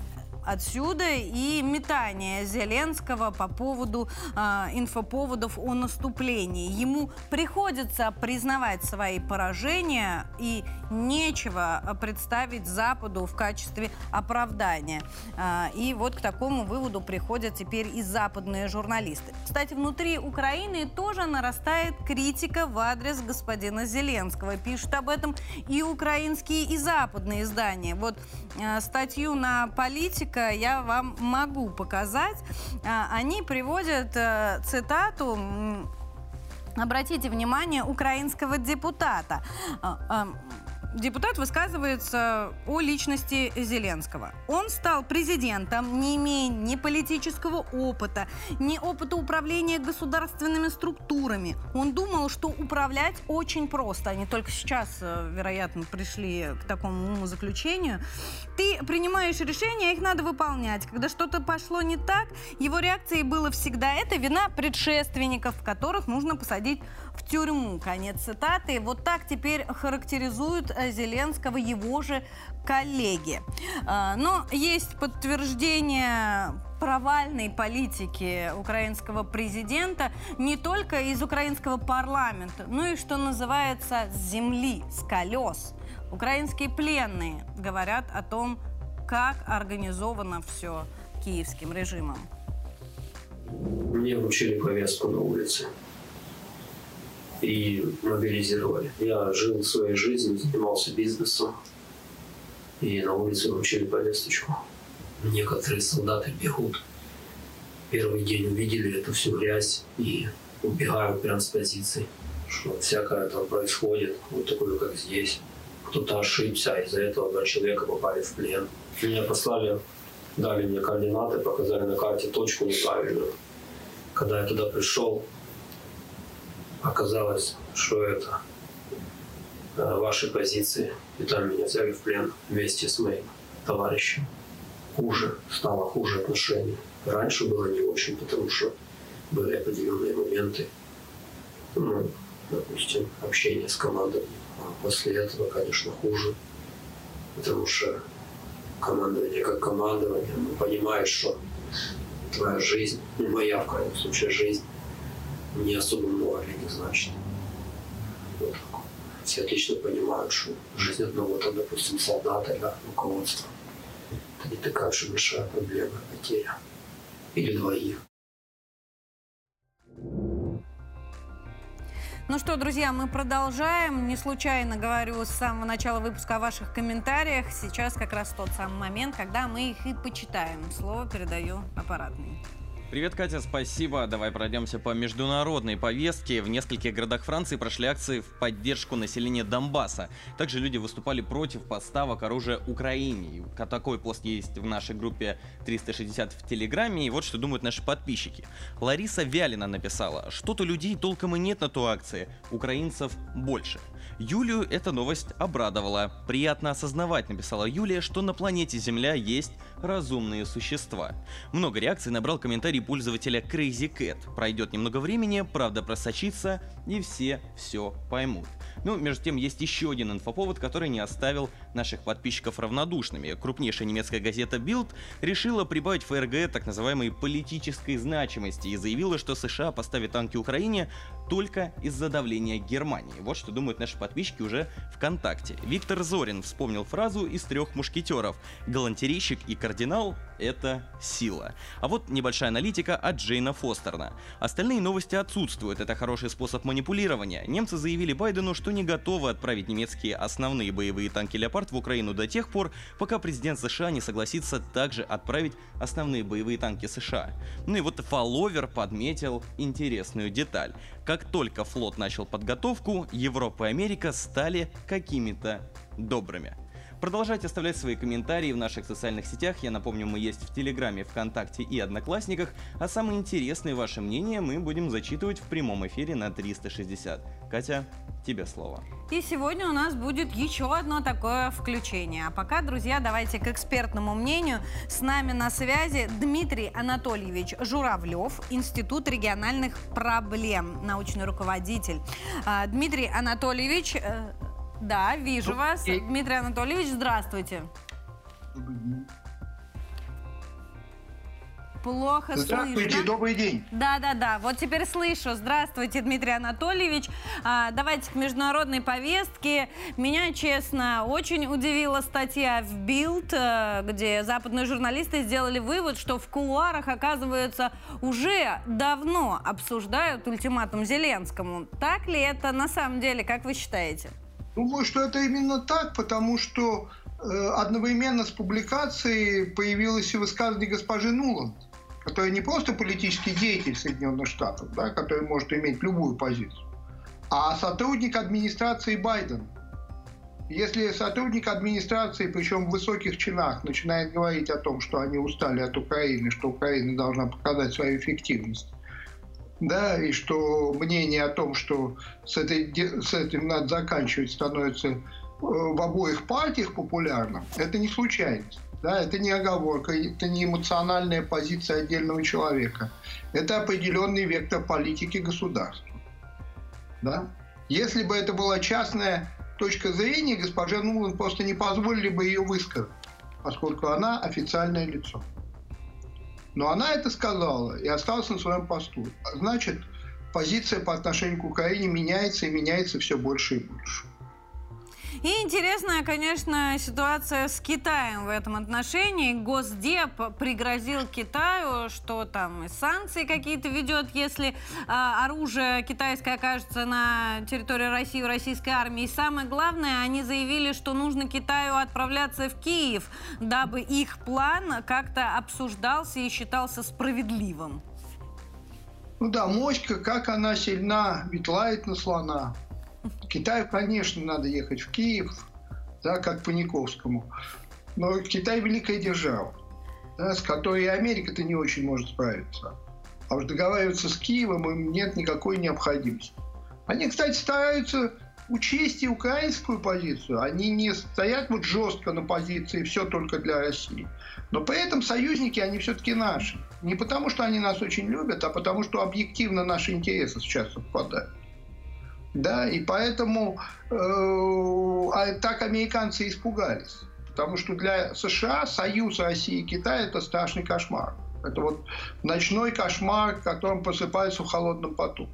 отсюда и метание Зеленского по поводу э, инфоповодов о наступлении. Ему приходится признавать свои поражения, и нечего представить Западу в качестве оправдания. Э, и вот к такому выводу приходят теперь и западные журналисты. Кстати, внутри Украины тоже нарастает критика в адрес господина Зеленского. Пишут об этом и украинские, и западные издания. Вот э, статью на «Политика» я вам могу показать. Э, они приводят э, цитату, э, обратите внимание, украинского депутата. Э, э, Депутат высказывается о личности Зеленского. Он стал президентом, не имея ни политического опыта, ни опыта управления государственными структурами. Он думал, что управлять очень просто. Они только сейчас, вероятно, пришли к такому умозаключению. Ты принимаешь решения, их надо выполнять. Когда что-то пошло не так, его реакцией было всегда: это вина предшественников, которых нужно посадить в тюрьму. Конец цитаты. Вот так теперь характеризуют Зеленского его же коллеги. Но есть подтверждение провальной политики украинского президента не только из украинского парламента, но и, что называется, с земли, с колес. Украинские пленные говорят о том, как организовано все киевским режимом. Мне вручили повестку на улице и мобилизировали. Я жил своей жизнью, занимался бизнесом, и на улице вручили повесточку. Некоторые солдаты бегут. Первый день увидели эту всю грязь и убегают прямо с позиций, что всякое там происходит, вот такое, как здесь. Кто-то ошибся, а из-за этого два человека попали в плен. Меня послали, дали мне координаты, показали на карте точку неправильную. Когда я туда пришел, оказалось, что это э, ваши позиции. И там меня взяли в плен вместе с моим товарищем. Хуже, стало хуже отношения. Раньше было не очень, потому что были определенные моменты, ну, допустим, общение с командой. А после этого, конечно, хуже, потому что командование как командование, ну, понимаешь, что твоя жизнь, ну, моя, в крайнем случае, жизнь не особо много для них значит. Вот. Все отлично понимают, что жизнь одного, там, допустим, солдата или руководства — это не такая уж и большая проблема, потеря. Или двоих. Ну что, друзья, мы продолжаем. Не случайно говорю с самого начала выпуска о ваших комментариях. Сейчас как раз тот самый момент, когда мы их и почитаем. Слово передаю аппаратной. Привет, Катя, спасибо. Давай пройдемся по международной повестке. В нескольких городах Франции прошли акции в поддержку населения Донбасса. Также люди выступали против поставок оружия Украине. Такой пост есть в нашей группе триста шестьдесят в Телеграме. И вот что думают наши подписчики. Лариса Вялина написала: что-то людей толком и нет на той акции, украинцев больше. Юлию эта новость обрадовала. Приятно осознавать, написала Юлия, что на планете Земля есть разумные существа. Много реакций набрал комментарий пользователя Crazy Cat. Пройдет немного времени, правда просочится, и все все поймут. Ну, между тем, есть еще один инфоповод, который не оставил наших подписчиков равнодушными. Крупнейшая немецкая газета Bild решила прибавить ФРГ так называемой политической значимости и заявила, что США поставит танки Украине только из-за давления Германии. Вот что думают наши подписчики уже ВКонтакте. Виктор Зорин вспомнил фразу из «Трех мушкетеров». Галантерейщик и кардинал — это сила. А вот небольшая аналитика от Джейна Фостерна. Остальные новости отсутствуют. Это хороший способ манипулирования. Немцы заявили Байдену, что не готовы отправить немецкие основные боевые танки «Леопард» в Украину до тех пор, пока президент США не согласится также отправить основные боевые танки США. Ну и вот Фолловер подметил интересную деталь. Как только флот начал подготовку, Европа и Америка стали какими-то добрыми. Продолжайте оставлять свои комментарии в наших социальных сетях. Я напомню, мы есть в Телеграме, ВКонтакте и Одноклассниках. А самые интересные ваши мнения мы будем зачитывать в прямом эфире на триста шестьдесят. Катя, тебе слово. И сегодня у нас будет еще одно такое включение. А пока, друзья, давайте к экспертному мнению. С нами на связи Дмитрий Анатольевич Журавлев, Институт региональных проблем, научный руководитель. Дмитрий Анатольевич... Да, вижу вас. Дмитрий Анатольевич, здравствуйте. плохо слышно. Здравствуйте, добрый день. Да-да-да, вот теперь слышу. Здравствуйте, Дмитрий Анатольевич. А, давайте к международной повестке. Меня, честно, очень удивила статья в Билд, где западные журналисты сделали вывод, что в кулуарах, оказывается, уже давно обсуждают ультиматум Зеленскому. Так ли это на самом деле, как вы считаете? Думаю, что это именно так, потому что э, одновременно с публикацией появилось и высказывание госпожи Нуланд, которая не просто политический деятель Соединенных Штатов, да, который может иметь любую позицию, а сотрудник администрации Байдена. Если сотрудник администрации, причем в высоких чинах, начинает говорить о том, что они устали от Украины, что Украина должна показать свою эффективность, да, и что мнение о том, что с, этой, с этим надо заканчивать, становится в обоих партиях популярным, это не случайность. Да, это не оговорка, это не эмоциональная позиция отдельного человека. Это определенный вектор политики государства. Да? Если бы это была частная точка зрения, госпоже Нуланд просто не позволили бы ее высказать, поскольку она официальное лицо. Но она это сказала и осталась на своем посту. Значит, позиция по отношению к Украине меняется и меняется все больше и больше. И интересная, конечно, ситуация с Китаем в этом отношении. Госдеп пригрозил Китаю, что там и санкции какие-то ведет, если а, оружие китайское окажется на территории России, у российской армии. И самое главное, они заявили, что нужно Китаю отправляться в Киев, дабы их план как-то обсуждался и считался справедливым. Ну да, моська, как она сильна, ведь лает на слона. Китаю, конечно, надо ехать в Киев, да, как по Николскому. Но Китай великая держава, да, с которой и Америка-то не очень может справиться. А уж договариваться с Киевом им нет никакой необходимости. Они, кстати, стараются учесть и украинскую позицию. Они не стоят вот жестко на позиции «все только для России». Но при этом союзники, они все-таки наши. Не потому, что они нас очень любят, а потому, что объективно наши интересы сейчас совпадают. Да, и поэтому э, так американцы испугались. Потому что для США союз России и Китая – это страшный кошмар. Это вот ночной кошмар, в котором просыпаются в холодном поту.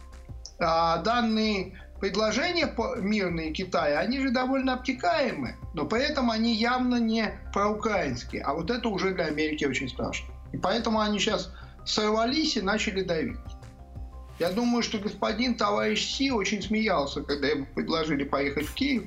А данные предложения мирные Китая, они же довольно обтекаемы, но при этом они явно не проукраинские. А вот это уже для Америки очень страшно. И поэтому они сейчас сорвались и начали давить. Я думаю, что господин товарищ Си очень смеялся, когда ему предложили поехать в Киев.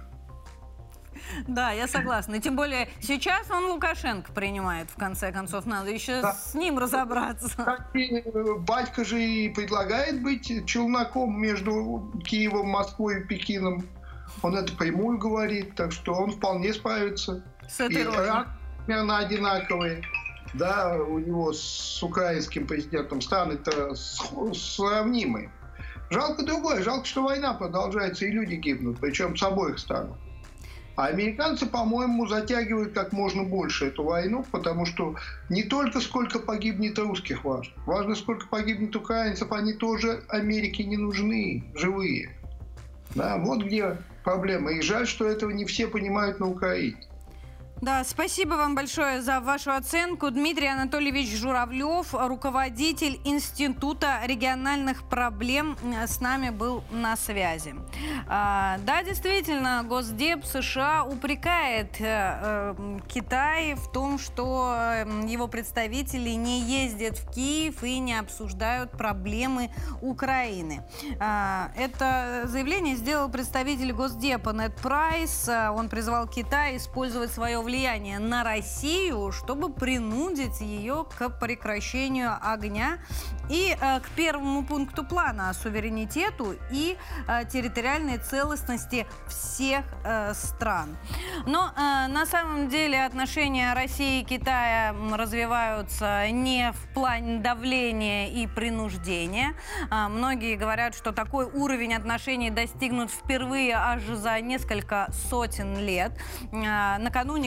Да, я согласна. И тем более сейчас он Лукашенко принимает, в конце концов. Надо еще да. с ним разобраться. Батька же и предлагает быть челноком между Киевом, Москвой и Пекином. Он это прямую говорит, так что он вполне справится. С этой ролью. Примерно одинаковые. Да, у него с украинским президентом страны-то сравнимые. Жалко другое, жалко, что война продолжается и люди гибнут, причем с обоих сторон. А американцы, по-моему, затягивают как можно больше эту войну, потому что не только сколько погибнет русских важно, важно, сколько погибнет украинцев, они тоже Америке не нужны, живые. Да, вот где проблема. И жаль, что этого не все понимают на Украине. Да, спасибо вам большое за вашу оценку. Дмитрий Анатольевич Журавлев, руководитель Института региональных проблем, с нами был на связи. А, да, действительно, Госдеп США упрекает э, э, Китай в том, что его представители не ездят в Киев и не обсуждают проблемы Украины. А, это заявление сделал представитель Госдепа Нед Прайс. Он призвал Китай использовать свое влияние влияние на Россию, чтобы принудить ее к прекращению огня и э, к первому пункту плана – суверенитету и э, территориальной целостности всех э, стран. Но э, на самом деле отношения России и Китая развиваются не в плане давления и принуждения. Э, многие говорят, что такой уровень отношений достигнут впервые аж за несколько сотен лет. Э, накануне,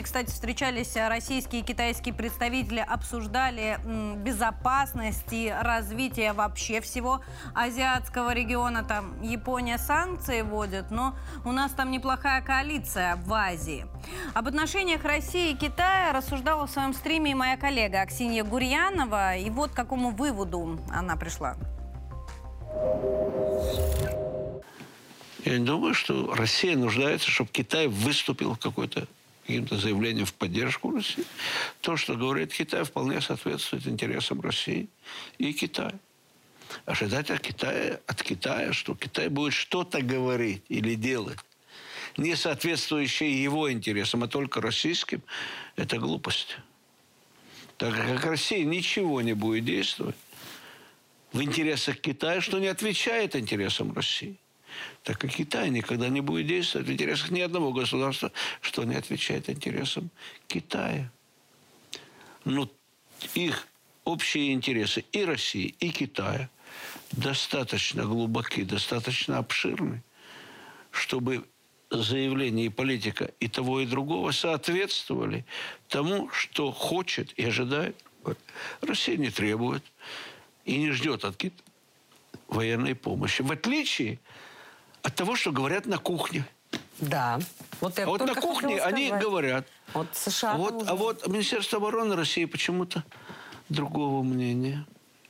кстати, встречались российские и китайские представители, обсуждали безопасность и развитие вообще всего азиатского региона. Там Япония санкции вводит, но у нас там неплохая коалиция в Азии. Об отношениях России и Китая рассуждала в своем стриме моя коллега Аксинья Гурьянова. И вот к какому выводу она пришла. Я не думаю, что Россия нуждается, чтобы Китай выступил какой-то каким-то заявлением в поддержку России. То, что говорит Китай, вполне соответствует интересам России и Китая. Ожидать от Китая, от Китая, что Китай будет что-то говорить или делать, не соответствующее его интересам, а только российским, это глупость. Так как Россия ничего не будет действовать в интересах Китая, что не отвечает интересам России, так как Китай никогда не будет действовать в интересах ни одного государства, что не отвечает интересам Китая. Но их общие интересы и России, и Китая достаточно глубоки, достаточно обширны, чтобы заявления и политика и того, и другого соответствовали тому, что хочет и ожидает. Россия не требует и не ждет от Китая военной помощи. В отличие от того, что говорят на кухне. Да. Вот, я а вот на кухне они говорят. Вот США. А вот, а вот Министерство обороны России почему-то другого мнения.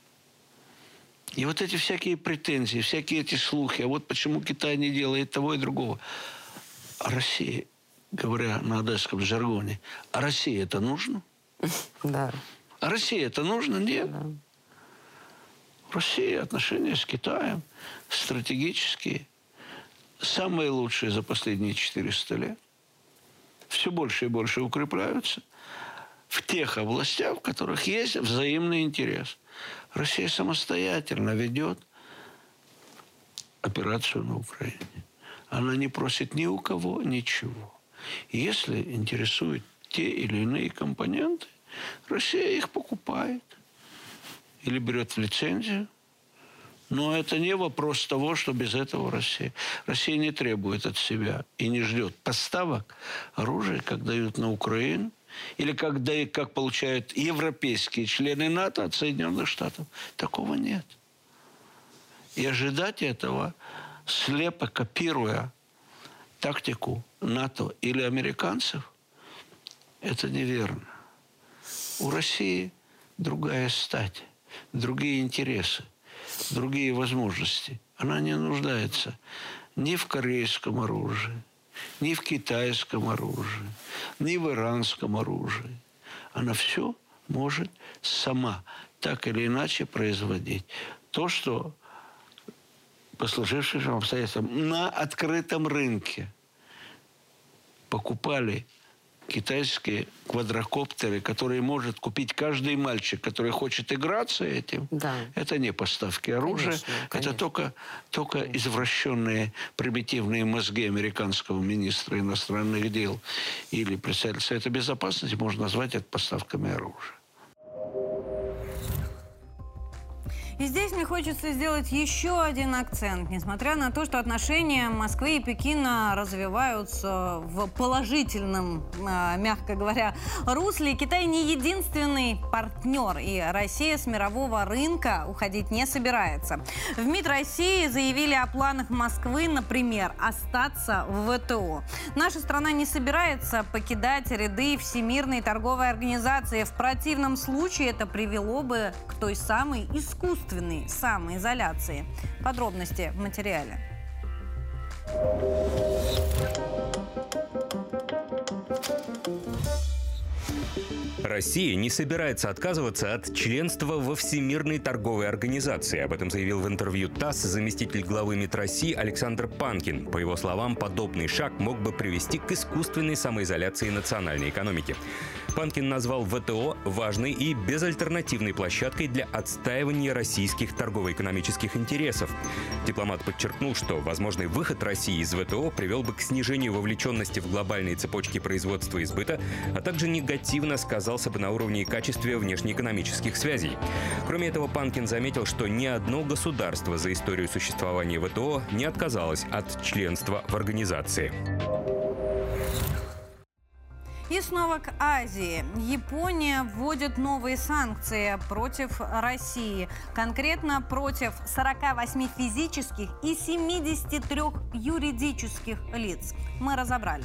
И вот эти всякие претензии, всякие эти слухи, а вот почему Китай не делает того и другого. А Россия, говоря на одесском жаргоне, а России это нужно? Да. А России это нужно? Нет. Да. В России отношения с Китаем стратегические, самые лучшие за последние четыреста лет. Все больше и больше укрепляются в тех областях, в которых есть взаимный интерес. Россия самостоятельно ведет операцию на Украине. Она не просит ни у кого ничего. И если интересуют те или иные компоненты, Россия их покупает или берет в лицензию. Но это не вопрос того, что без этого Россия. Россия не требует от себя и не ждет поставок оружия, как дают на Украину, или как, дают, как получают европейские члены НАТО от Соединенных Штатов. Такого нет. И ожидать этого, слепо копируя тактику НАТО или американцев, это неверно. У России другая стать, другие интересы, другие возможности. Она не нуждается ни в корейском оружии, ни в китайском оружии, ни в иранском оружии. Она все может сама так или иначе производить. То, что по сложившимся обстоятельствам на открытом рынке покупали китайские квадрокоптеры, которые может купить каждый мальчик, который хочет играться этим, да. Это не поставки оружия, конечно, конечно. Это только, только извращенные примитивные мозги американского министра иностранных дел или представителя Совета Безопасности можно назвать это поставками оружия. И здесь мне хочется сделать еще один акцент. Несмотря на то, что отношения Москвы и Пекина развиваются в положительном, мягко говоря, русле, Китай не единственный партнер, и Россия с мирового рынка уходить не собирается. В МИД России заявили о планах Москвы, например, остаться в ВТО. Наша страна не собирается покидать ряды Всемирной торговой организации. В противном случае это привело бы к той самой искусственной самоизоляции. Подробности в материале. Россия не собирается отказываться от членства во Всемирной торговой организации. Об этом заявил в интервью ТАСС заместитель главы МИД России Александр Панкин. По его словам, подобный шаг мог бы привести к искусственной самоизоляции национальной экономики. Панкин назвал ВТО важной и безальтернативной площадкой для отстаивания российских торгово-экономических интересов. Дипломат подчеркнул, что возможный выход России из ВТО привел бы к снижению вовлеченности в глобальные цепочки производства и сбыта, а также негативно сказался бы на уровне и качестве внешнеэкономических связей. Кроме этого, Панкин заметил, что ни одно государство за историю существования ВТО не отказалось от членства в организации. И снова к Азии. Япония вводит новые санкции против России. Конкретно против сорока восьми физических и семидесяти трёх юридических лиц. Мы разобрали.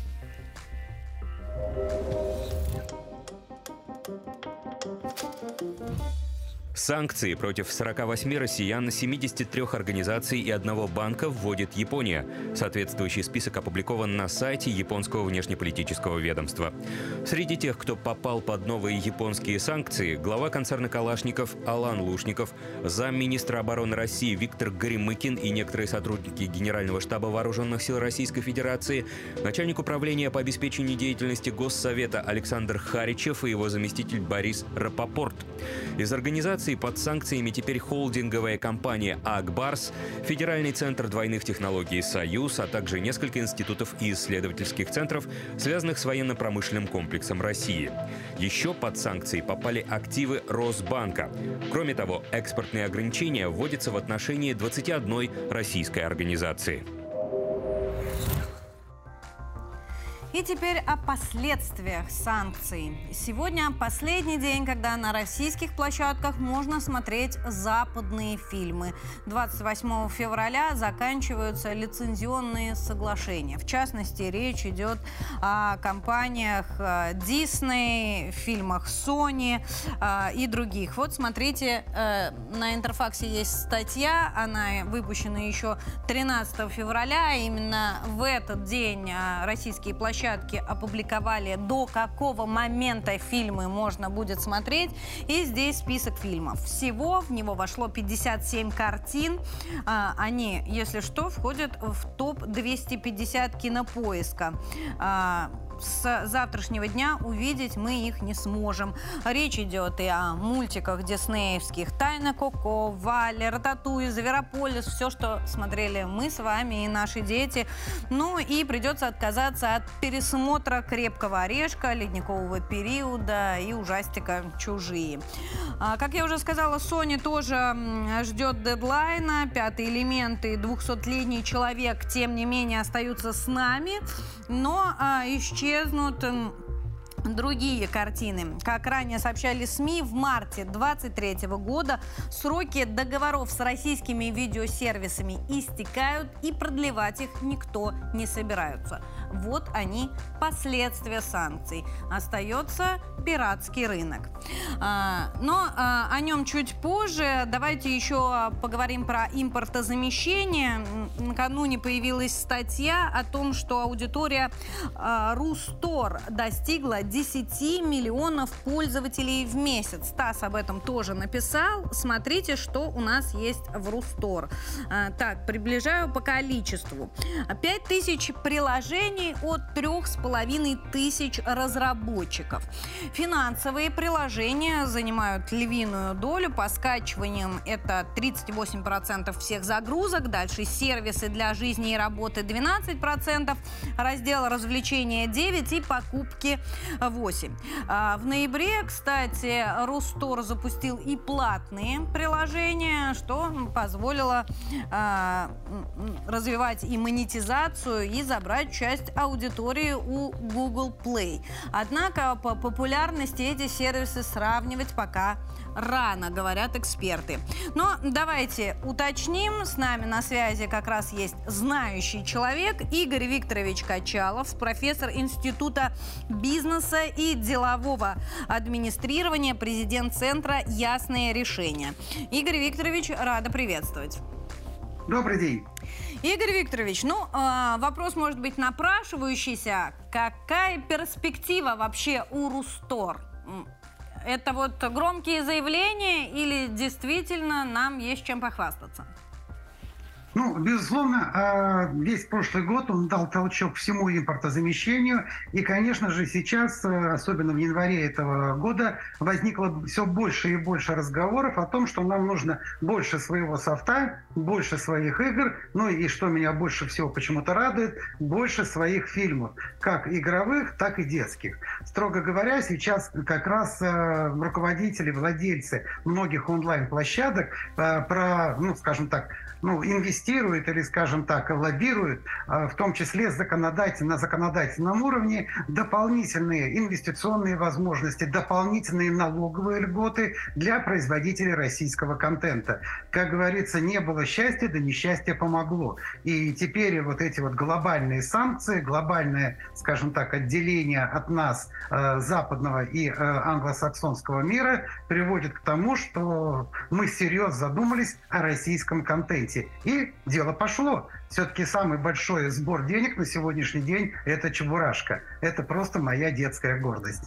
Санкции против сорока восьми россиян, семидесяти трёх организаций и одного банка вводит Япония. Соответствующий список опубликован на сайте японского внешнеполитического ведомства. Среди тех, кто попал под новые японские санкции, глава концерна «Калашников» Алан Лушников, замминистра обороны России Виктор Горемыкин и некоторые сотрудники Генерального штаба Вооруженных сил Российской Федерации, начальник управления по обеспечению деятельности Госсовета Александр Харичев и его заместитель Борис Рапопорт. Из организации под санкциями теперь холдинговая компания «Акбарс», Федеральный центр двойных технологий «Союз», а также несколько институтов и исследовательских центров, связанных с военно-промышленным комплексом России. Еще под санкции попали активы Росбанка. Кроме того, экспортные ограничения вводятся в отношении двадцати одной российской организации. И теперь о последствиях санкций. Сегодня последний день, когда на российских площадках можно смотреть западные фильмы. двадцать восьмого февраля заканчиваются лицензионные соглашения. В частности, речь идет о компаниях Disney, фильмах Sony и других. Вот смотрите, на Интерфаксе есть статья, она выпущена еще тринадцатого февраля. Именно в этот день российские площадки опубликовали, до какого момента фильмы можно будет смотреть. И здесь список фильмов. Всего в него вошло пятьдесят семь картин. Они, если что, входят в топ двести пятьдесят Кинопоиска. С завтрашнего дня увидеть мы их не сможем. Речь идет и о мультиках диснеевских: «Тайна Коко», «Валли», «Рататуй», «Зверополис», все, что смотрели мы с вами и наши дети. Ну и придется отказаться от пересмотра «Крепкого орешка», «Ледникового периода» и ужастика «Чужие». Как я уже сказала, Sony тоже ждет дедлайна. «Пятый элемент» и «двухсотлетний человек», тем не менее, остаются с нами, но исчезнут другие картины. Как ранее сообщали СМИ, в марте две тысячи двадцать третьего года сроки договоров с российскими видеосервисами истекают, и продлевать их никто не собирается. Вот они, последствия санкций. Остается пиратский рынок. А, но а, о нем чуть позже. Давайте еще поговорим про импортозамещение. Накануне появилась статья о том, что аудитория а, Рустор достигла десяти миллионов пользователей в месяц. Стас об этом тоже написал. Смотрите, что у нас есть в Рустор. А, так, приближаю по количеству. пять тысяч приложений от трех с половиной тысяч разработчиков. Финансовые приложения занимают львиную долю. По скачиваниям это тридцать восемь процентов всех загрузок. Дальше сервисы для жизни и работы двенадцать процентов. Раздел развлечения девять процентов и покупки восемь процентов. В ноябре, кстати, Рустор запустил и платные приложения, что позволило э, развивать и монетизацию, и забрать часть аудитории у Google Play. Однако по популярности эти сервисы сравнивать пока рано, говорят эксперты. Но давайте уточним. С нами на связи как раз есть знающий человек Игорь Викторович Качалов, профессор Института бизнеса и делового администрирования, президент Центра «Ясные решения». Игорь Викторович, рада приветствовать. Добрый день. Игорь Викторович, ну, э, вопрос может быть напрашивающийся. Какая перспектива вообще у Рустор? Это вот громкие заявления или действительно нам есть чем похвастаться? Ну, безусловно, весь прошлый год он дал толчок всему импортозамещению. И, конечно же, сейчас, особенно в январе этого года, возникло все больше и больше разговоров о том, что нам нужно больше своего софта, больше своих игр, ну и, что меня больше всего почему-то радует, больше своих фильмов, как игровых, так и детских. Строго говоря, сейчас как раз руководители, владельцы многих онлайн-площадок про, ну, скажем так, ну, инвестиции тестирует или, скажем так, лоббирует, в том числе законодательно, на законодательном уровне, дополнительные инвестиционные возможности, дополнительные налоговые льготы для производителей российского контента. Как говорится, не было счастья, да несчастье помогло. И теперь вот эти вот глобальные санкции, глобальное, скажем так, отделение от нас э, западного и э, англосаксонского мира приводит к тому, что мы всерьез задумались о российском контенте. И дело пошло. Все-таки самый большой сбор денег на сегодняшний день – это «Чебурашка». Это просто моя детская гордость.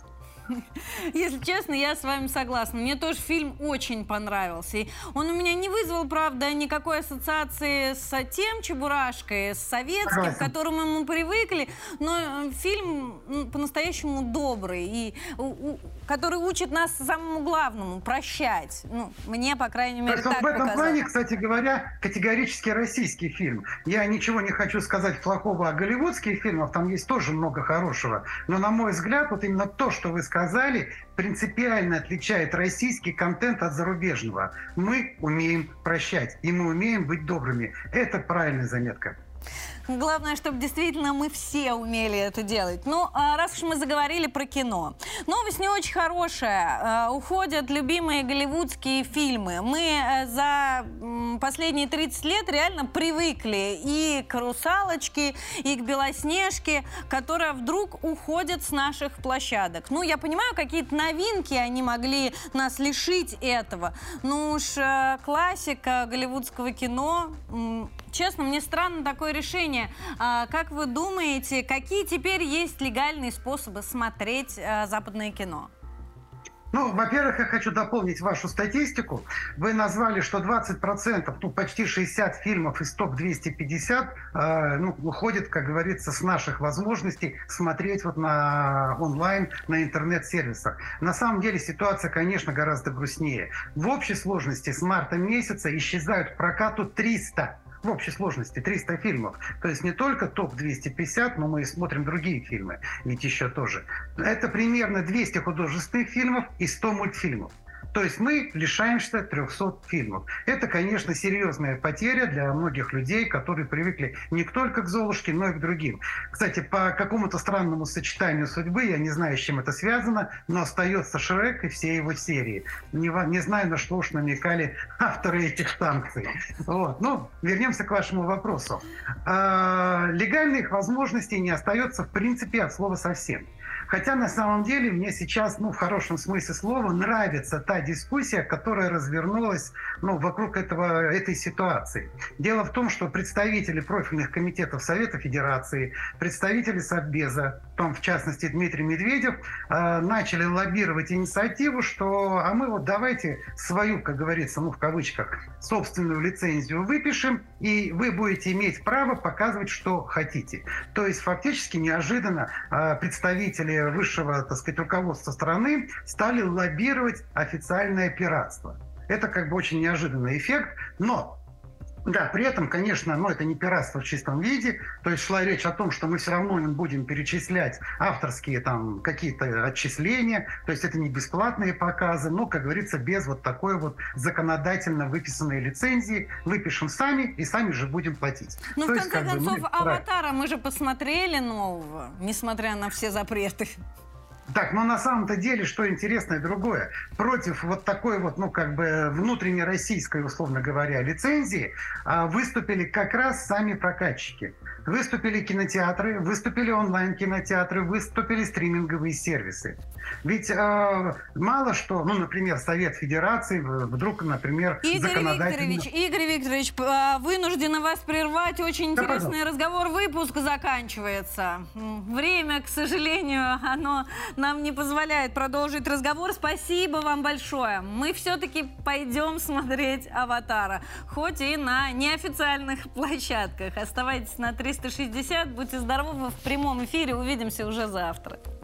Если честно, я с вами согласна. Мне тоже фильм очень понравился. И он у меня не вызвал, правда, никакой ассоциации с тем Чебурашкой, с советским, к которому мы привыкли. Но фильм по-настоящему добрый, и у, у, который учит нас самому главному – прощать. Ну, мне, по крайней мере, так, так в этом показалось. плане, кстати говоря, категорически российский фильм. Я ничего не хочу сказать плохого о голливудских фильмах, там есть тоже много хорошего. Но, на мой взгляд, вот именно то, что вы сказали, сказали, принципиально отличает российский контент от зарубежного. Мы умеем прощать, и мы умеем быть добрыми. Это правильная заметка. Главное, чтобы действительно мы все умели это делать. Ну, раз уж мы заговорили про кино. Новость не очень хорошая. Уходят любимые голливудские фильмы. Мы за последние тридцать лет реально привыкли и к «Русалочке», и к «Белоснежке», которые вдруг уходят с наших площадок. Ну, я понимаю, какие-то новинки они могли нас лишить этого. Ну уж классика голливудского кино... Честно, мне странно такое решение. А, как вы думаете, какие теперь есть легальные способы смотреть а, западное кино? Ну, во-первых, я хочу дополнить вашу статистику. Вы назвали, что двадцать процентов, ну, почти шестьдесят фильмов из топ двести пятьдесят э, ну, уходит, как говорится, с наших возможностей смотреть вот на онлайн, на интернет-сервисах. На самом деле ситуация, конечно, гораздо грустнее. В общей сложности с марта месяца исчезают к прокату триста. В общей сложности триста фильмов. То есть не только топ двести пятьдесят, но мы и смотрим другие фильмы, ведь еще тоже. Это примерно двести художественных фильмов и сто мультфильмов. То есть мы лишаемся трехсот фильмов. Это, конечно, серьезная потеря для многих людей, которые привыкли не только к «Золушке», но и к другим. Кстати, по какому-то странному сочетанию судьбы, я не знаю, с чем это связано, но остается Шрек и все его серии. Не, не знаю, на что уж намекали авторы этих санкций. Вот. Ну, вернемся к вашему вопросу. А, легальных возможностей не остается, в принципе, от слова совсем. Хотя на самом деле мне сейчас, ну, в хорошем смысле слова, нравится та дискуссия, которая развернулась, ну, вокруг этого, этой ситуации. Дело в том, что представители профильных комитетов Совета Федерации, представители Совбеза, в том, в частности, Дмитрий Медведев, э, начали лоббировать инициативу, что а мы вот давайте свою, как говорится, ну, в кавычках, собственную лицензию выпишем, и вы будете иметь право показывать, что хотите. То есть фактически неожиданно э, представители высшего, так сказать, руководства страны стали лоббировать официальное пиратство. Это как бы очень неожиданный эффект, но да, при этом, конечно, ну, это не пиратство в чистом виде, то есть шла речь о том, что мы все равно им будем перечислять авторские там какие-то отчисления, то есть это не бесплатные показы, но, как говорится, без вот такой вот законодательно выписанной лицензии, выпишем сами и сами же будем платить. Ну, то в есть, конце как бы, концов, мы... «Аватара» мы же посмотрели нового, несмотря на все запреты. Так, но на самом-то деле, что интересное другое, против вот такой вот, ну, как бы внутренней российской, условно говоря, лицензии а, выступили как раз сами прокатчики. Выступили кинотеатры, выступили онлайн-кинотеатры, выступили стриминговые сервисы. Ведь э, мало что, ну, например, Совет Федерации вдруг, например, Игорь законодательно... Викторович, Игорь Викторович, вынуждена вас прервать. Очень Да, интересный пожалуйста. разговор. Выпуск заканчивается. Время, к сожалению, оно нам не позволяет продолжить разговор. Спасибо вам большое. Мы все-таки пойдем смотреть «Аватара», хоть и на неофициальных площадках. Оставайтесь на триста шестьдесят. Будьте здоровы в прямом эфире. Увидимся уже завтра.